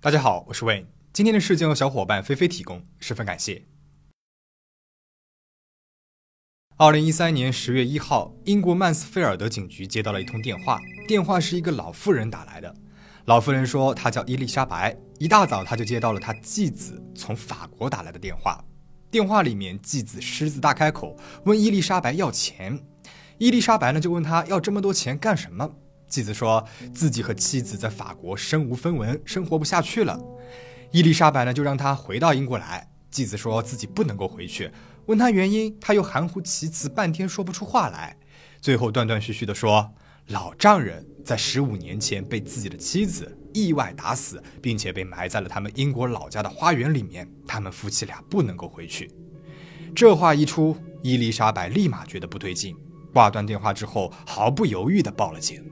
大家好，我是 Wayne。今天的事件由小伙伴菲菲提供，十分感谢。2013年10月1号，英国曼斯菲尔德警局接到了一通电话，电话是一个老妇人打来的。老妇人说她叫伊丽莎白，一大早她就接到了她继子从法国打来的电话。电话里面继子狮子大开口，问伊丽莎白要钱。伊丽莎白呢就问他要这么多钱干什么？继子说自己和妻子在法国身无分文，生活不下去了。伊丽莎白呢就让他回到英国来。继子说自己不能够回去，问他原因，他又含糊其辞，半天说不出话来。最后断断续续地说，老丈人在15年前被自己的妻子意外打死，并且被埋在了他们英国老家的花园里面，他们夫妻俩不能够回去。这话一出，伊丽莎白立马觉得不对劲，挂断电话之后毫不犹豫地报了警。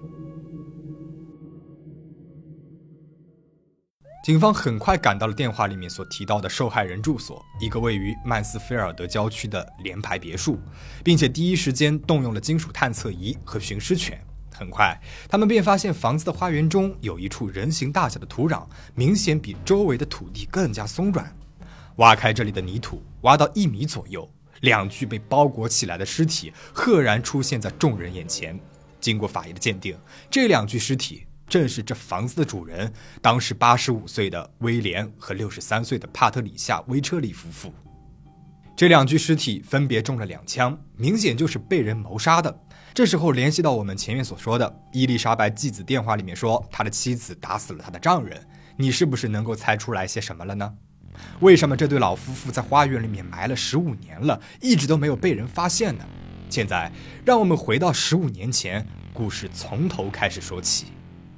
警方很快赶到了电话里面所提到的受害人住所，一个位于曼斯菲尔德郊区的联排别墅，并且第一时间动用了金属探测仪和寻尸犬。很快，他们便发现房子的花园中有一处人形大小的土壤，明显比周围的土地更加松软。挖开这里的泥土，挖到1米左右，2具被包裹起来的尸体赫然出现在众人眼前。经过法医的鉴定，这2具尸体正是这房子的主人，当时85岁的威廉和63岁的帕特里夏·威车里夫妇。这2具尸体分别中了2枪，明显就是被人谋杀的。这时候联系到我们前面所说的伊丽莎白继子电话里面说他的妻子打死了他的丈人，你是不是能够猜出来些什么了呢？为什么这对老夫妇在花园里面埋了15年了，一直都没有被人发现呢？现在让我们回到15年前，故事从头开始说起。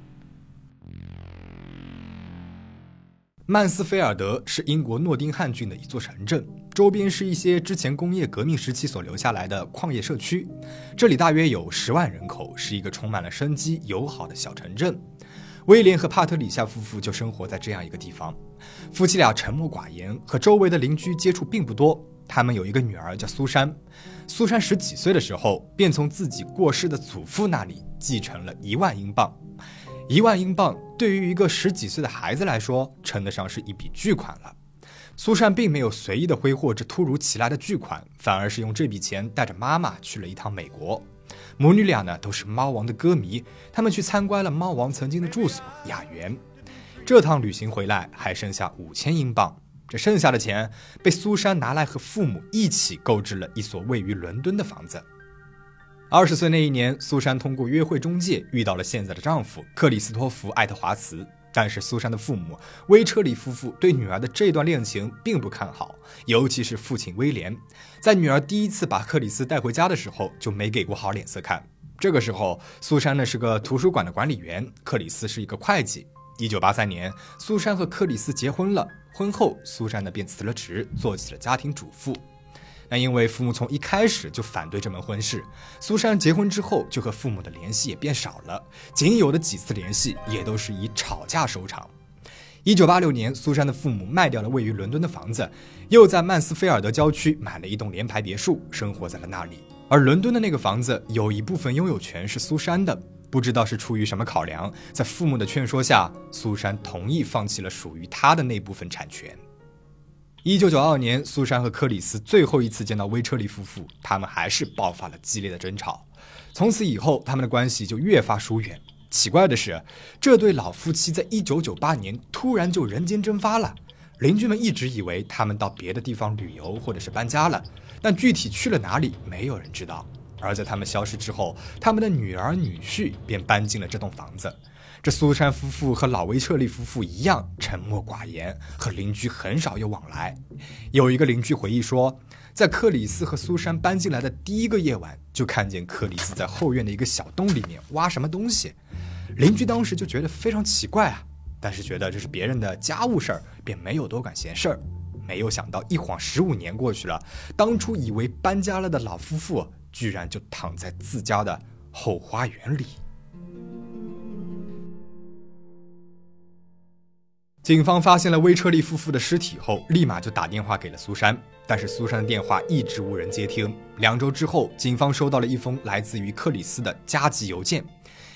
曼斯菲尔德是英国诺丁汉郡的一座城镇，周边是一些之前工业革命时期所留下来的矿业社区。这里大约有10万人口，是一个充满了生机友好的小城镇。威廉和帕特里夏夫妇就生活在这样一个地方。夫妻俩沉默寡言，和周围的邻居接触并不多。他们有一个女儿叫苏珊。苏珊10几岁的时候，便从自己过世的祖父那里继承了1万英镑。1万英镑对于一个10几岁的孩子来说，称得上是一笔巨款了。苏珊并没有随意的挥霍这突如其来的巨款，反而是用这笔钱带着妈妈去了一趟美国。母女俩呢都是猫王的歌迷，他们去参观了猫王曾经的住所雅园。这趟旅行回来还剩下5000英镑，这剩下的钱被苏珊拿来和父母一起购置了一所位于伦敦的房子。20岁那一年，苏珊通过约会中介遇到了现在的丈夫克里斯托弗·爱德华茨。但是苏珊的父母威车里夫妇对女儿的这段恋情并不看好，尤其是父亲威廉，在女儿第一次把克里斯带回家的时候就没给过好脸色看。这个时候，苏珊呢是个图书馆的管理员，克里斯是一个会计。1983年，苏珊和克里斯结婚了，婚后苏珊呢便辞了职，做起了家庭主妇。那因为父母从一开始就反对这门婚事，苏珊结婚之后就和父母的联系也变少了，仅有的几次联系也都是以吵架收场。1986年，苏珊的父母卖掉了位于伦敦的房子，又在曼斯菲尔德郊区买了一栋联排别墅，生活在了那里。而伦敦的那个房子有一部分拥有权是苏珊的，不知道是出于什么考量，在父母的劝说下，苏珊同意放弃了属于她的那部分产权。1992年，苏珊和克里斯最后一次见到威车里夫妇，他们还是爆发了激烈的争吵。从此以后，他们的关系就越发疏远。奇怪的是，这对老夫妻在1998年突然就人间蒸发了。邻居们一直以为他们到别的地方旅游或者是搬家了，但具体去了哪里，没有人知道。而在他们消失之后，他们的女儿女婿便搬进了这栋房子。这苏珊夫妇和老威彻利夫妇一样沉默寡言，和邻居很少有往来。有一个邻居回忆说，在克里斯和苏珊搬进来的第一个夜晚，就看见克里斯在后院的一个小洞里面挖什么东西。邻居当时就觉得非常奇怪啊，但是觉得这是别人的家务事儿，便没有多管闲事儿。没有想到一晃15年过去了，当初以为搬家了的老夫妇居然就躺在自家的后花园里。警方发现了威车利夫妇的尸体后，立马就打电话给了苏珊，但是苏珊的电话一直无人接听。2周之后，警方收到了一封来自于克里斯的加急邮件。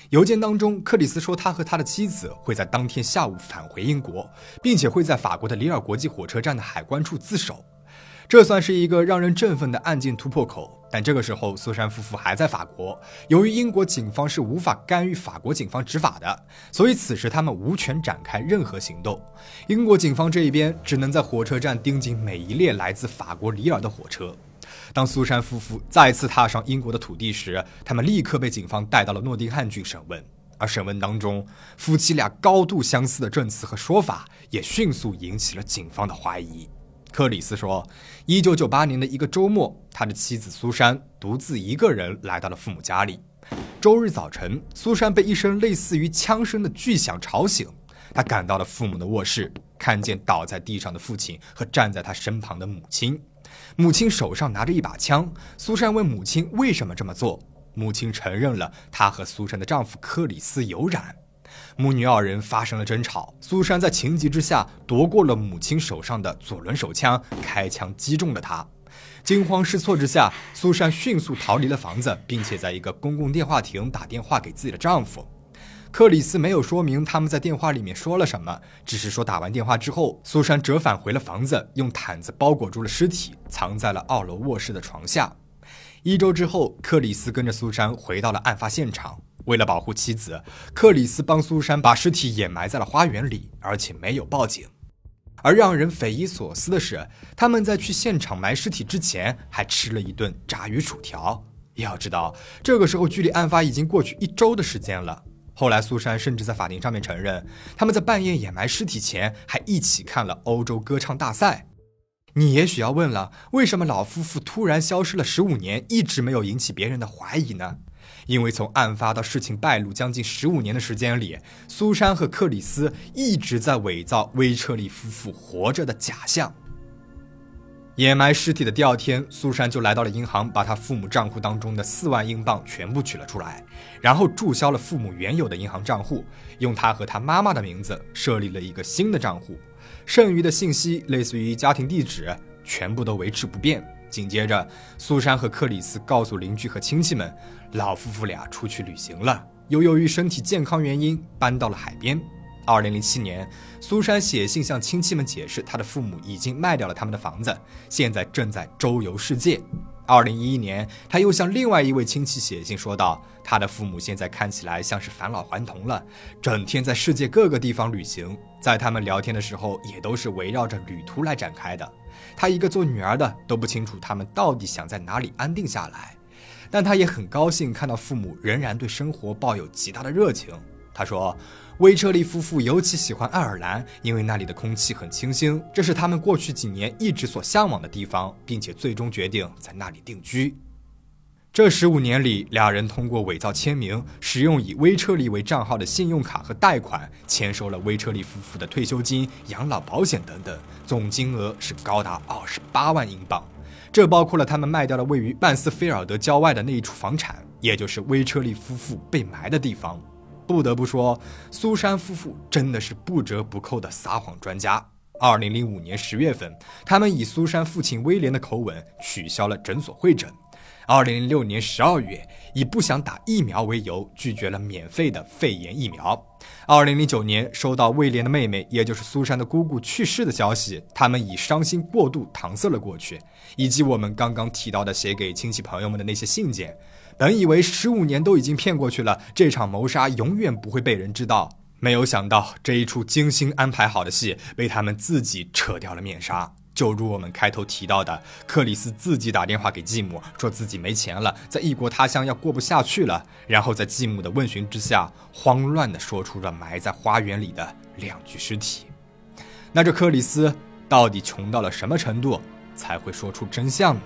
邮件当中，克里斯说他和他的妻子会在当天下午返回英国，并且会在法国的里尔国际火车站的海关处自首。这算是一个让人振奋的案件突破口，但这个时候苏珊夫妇还在法国，由于英国警方是无法干预法国警方执法的，所以此时他们无权展开任何行动。英国警方这一边只能在火车站盯紧每一列来自法国里尔的火车。当苏珊夫妇再次踏上英国的土地时，他们立刻被警方带到了诺丁汉郡审问，而审问当中，夫妻俩高度相似的证词和说法也迅速引起了警方的怀疑。克里斯说，1998年的一个周末，他的妻子苏珊独自一个人来到了父母家里。周日早晨，苏珊被一声类似于枪声的巨响吵醒，她赶到了父母的卧室，看见倒在地上的父亲和站在他身旁的母亲。母亲手上拿着一把枪，苏珊问母亲为什么这么做，母亲承认了她和苏珊的丈夫克里斯有染。母女二人发生了争吵，苏珊在情急之下夺过了母亲手上的左轮手枪，开枪击中了她。惊慌失措之下，苏珊迅速逃离了房子，并且在一个公共电话亭打电话给自己的丈夫。克里斯没有说明他们在电话里面说了什么，只是说打完电话之后，苏珊折返回了房子，用毯子包裹住了尸体，藏在了2楼卧室的床下。1周之后，克里斯跟着苏珊回到了案发现场。为了保护妻子，克里斯帮苏珊把尸体掩埋在了花园里，而且没有报警。而让人匪夷所思的是，他们在去现场埋尸体之前还吃了一顿炸鱼薯条。要知道，这个时候距离案发已经过去1周的时间了。后来苏珊甚至在法庭上面承认，他们在半夜掩埋尸体前还一起看了欧洲歌唱大赛。你也许要问了，为什么老夫妇突然消失了15年，一直没有引起别人的怀疑呢？因为从案发到事情败露将近15年的时间里，苏珊和克里斯一直在伪造威彻利夫妇活着的假象。掩埋尸体的第2天，苏珊就来到了银行，把她父母账户当中的4万英镑全部取了出来，然后注销了父母原有的银行账户，用她和她妈妈的名字设立了一个新的账户，剩余的信息类似于家庭地址全部都维持不变。紧接着，苏珊和克里斯告诉邻居和亲戚们，老夫妇俩出去旅行了，又由于身体健康原因搬到了海边。2007年，苏珊写信向亲戚们解释，她的父母已经卖掉了他们的房子，现在正在周游世界。2011年，她又向另外一位亲戚写信说道，她的父母现在看起来像是返老还童了，整天在世界各个地方旅行，在他们聊天的时候也都是围绕着旅途来展开的。她一个做女儿的都不清楚他们到底想在哪里安定下来，但她也很高兴看到父母仍然对生活抱有极大的热情。她说，威彻利夫妇尤其喜欢爱尔兰，因为那里的空气很清新，这是他们过去几年一直所向往的地方，并且最终决定在那里定居。这15年里，俩人通过伪造签名，使用以威彻利为账号的信用卡和贷款，签收了威彻利夫妇的退休金、养老保险等等，总金额是高达28万英镑。这包括了他们卖掉了位于曼斯菲尔德郊外的那一处房产，也就是威彻利夫妇被埋的地方。不得不说，苏珊夫妇真的是不折不扣的撒谎专家。2005年10月份，他们以苏珊父亲威廉的口吻取消了诊所会诊。2006年12月，以不想打疫苗为由，拒绝了免费的肺炎疫苗。2009年，收到威廉的妹妹，也就是苏珊的姑姑去世的消息，他们以伤心过度搪塞了过去，以及我们刚刚提到的写给亲戚朋友们的那些信件。本以为15年都已经骗过去了，这场谋杀永远不会被人知道，没有想到这一出精心安排好的戏被他们自己扯掉了面纱。就如我们开头提到的，克里斯自己打电话给继母，说自己没钱了，在异国他乡要过不下去了，然后在继母的问询之下，慌乱地说出了埋在花园里的2具尸体。那这克里斯到底穷到了什么程度，才会说出真相呢？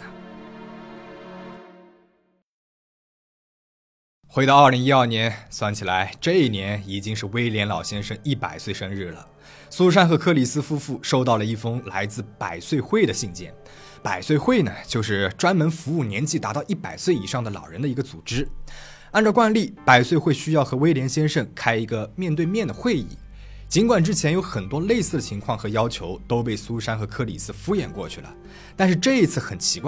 回到2012年，算起来这一年已经是威廉老先生100岁生日了。苏珊和克里斯夫妇收到了一封来自百岁会的信件。百岁会呢，就是专门服务年纪达到100岁以上的老人的一个组织。按照惯例，百岁会需要和威廉先生开一个面对面的会议。尽管之前有很多类似的情况和要求都被苏珊和克里斯敷衍过去了，但是这一次很奇怪啊，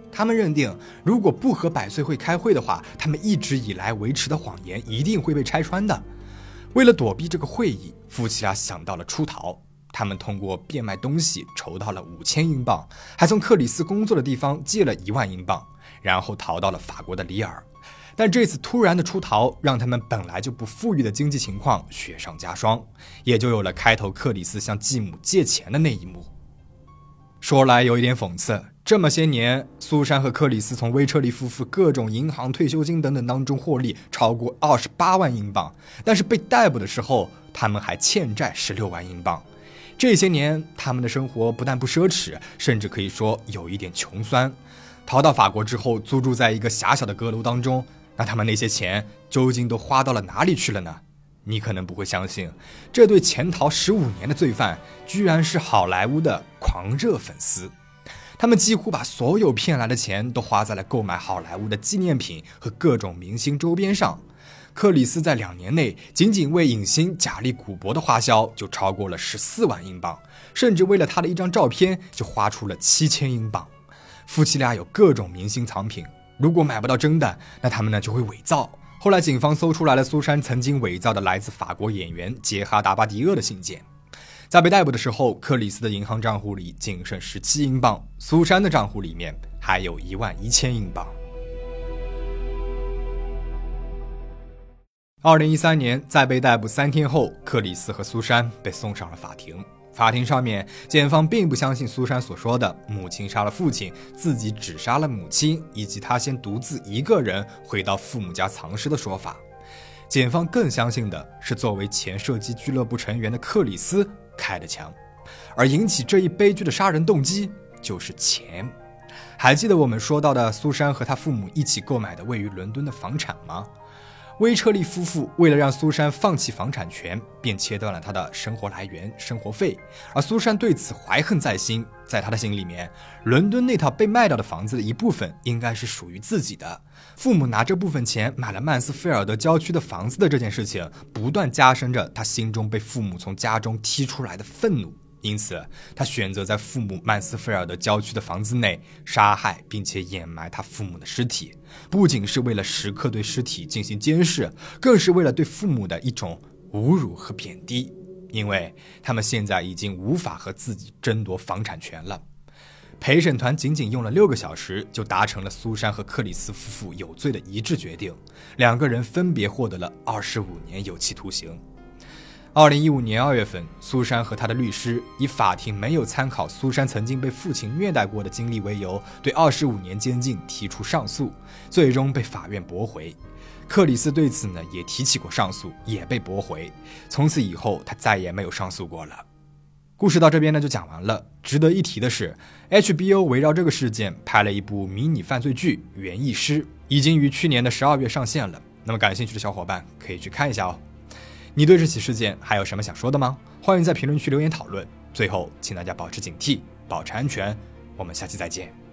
他们认定，如果不和百岁会开会的话，他们一直以来维持的谎言一定会被拆穿的。为了躲避这个会议，夫妻俩想到了出逃。他们通过变卖东西筹到了5000英镑，还从克里斯工作的地方借了1万英镑，然后逃到了法国的里尔。但这次突然的出逃，让他们本来就不富裕的经济情况雪上加霜，也就有了开头克里斯向继母借钱的那一幕。说来有一点讽刺，这么些年，苏珊和克里斯从威彻利夫妇各种银行、退休金等等当中获利超过28万英镑，但是被逮捕的时候，他们还欠债16万英镑。这些年，他们的生活不但不奢侈，甚至可以说有一点穷酸。逃到法国之后，租住在一个狭小的阁楼当中，那他们那些钱究竟都花到了哪里去了呢？你可能不会相信，这对潜逃15年的罪犯，居然是好莱坞的狂热粉丝。他们几乎把所有骗来的钱都花在了购买好莱坞的纪念品和各种明星周边上。克里斯在2年内仅仅为影星贾利·古伯的花销就超过了14万英镑，甚至为了他的一张照片就花出了7000英镑。夫妻俩有各种明星藏品，如果买不到真的，那他们呢就会伪造。后来警方搜出来了苏珊曾经伪造的来自法国演员杰哈·达巴迪厄的信件。在被逮捕的时候，克里斯的银行账户里仅剩17英镑，苏珊的账户里面还有11000英镑。2013年，在被逮捕3天后，克里斯和苏珊被送上了法庭。法庭上面，检方并不相信苏珊所说的母亲杀了父亲，自己只杀了母亲，以及他先独自一个人回到父母家藏尸的说法。检方更相信的是作为前射击俱乐部成员的克里斯开的枪，而引起这一悲剧的杀人动机就是钱。还记得我们说到的苏珊和她父母一起购买的位于伦敦的房产吗？威彻利夫妇为了让苏珊放弃房产权，便切断了她的生活来源、生活费，而苏珊对此怀恨在心。在她的心里面，伦敦那套被卖掉的房子的一部分应该是属于自己的。父母拿这部分钱买了曼斯菲尔德郊区的房子的这件事情，不断加深着她心中被父母从家中踢出来的愤怒。因此，他选择在父母曼斯菲尔德郊区的房子内杀害并且掩埋他父母的尸体，不仅是为了时刻对尸体进行监视，更是为了对父母的一种侮辱和贬低，因为他们现在已经无法和自己争夺房产权了。陪审团仅仅用了6个小时就达成了苏珊和克里斯夫妇有罪的一致决定，2个人分别获得了25年有期徒刑。2015年2月份，苏珊和她的律师以法庭没有参考苏珊曾经被父亲虐待过的经历为由，对25年监禁提出上诉，最终被法院驳回。克里斯对此呢也提起过上诉，也被驳回。从此以后，他再也没有上诉过了。故事到这边呢就讲完了。值得一提的是 ，HBO 围绕这个事件拍了一部迷你犯罪剧《园艺师》，已经于去年的12月上线了。那么感兴趣的小伙伴可以去看一下哦。你对这起事件还有什么想说的吗？欢迎在评论区留言讨论。最后，请大家保持警惕，保持安全。我们下期再见。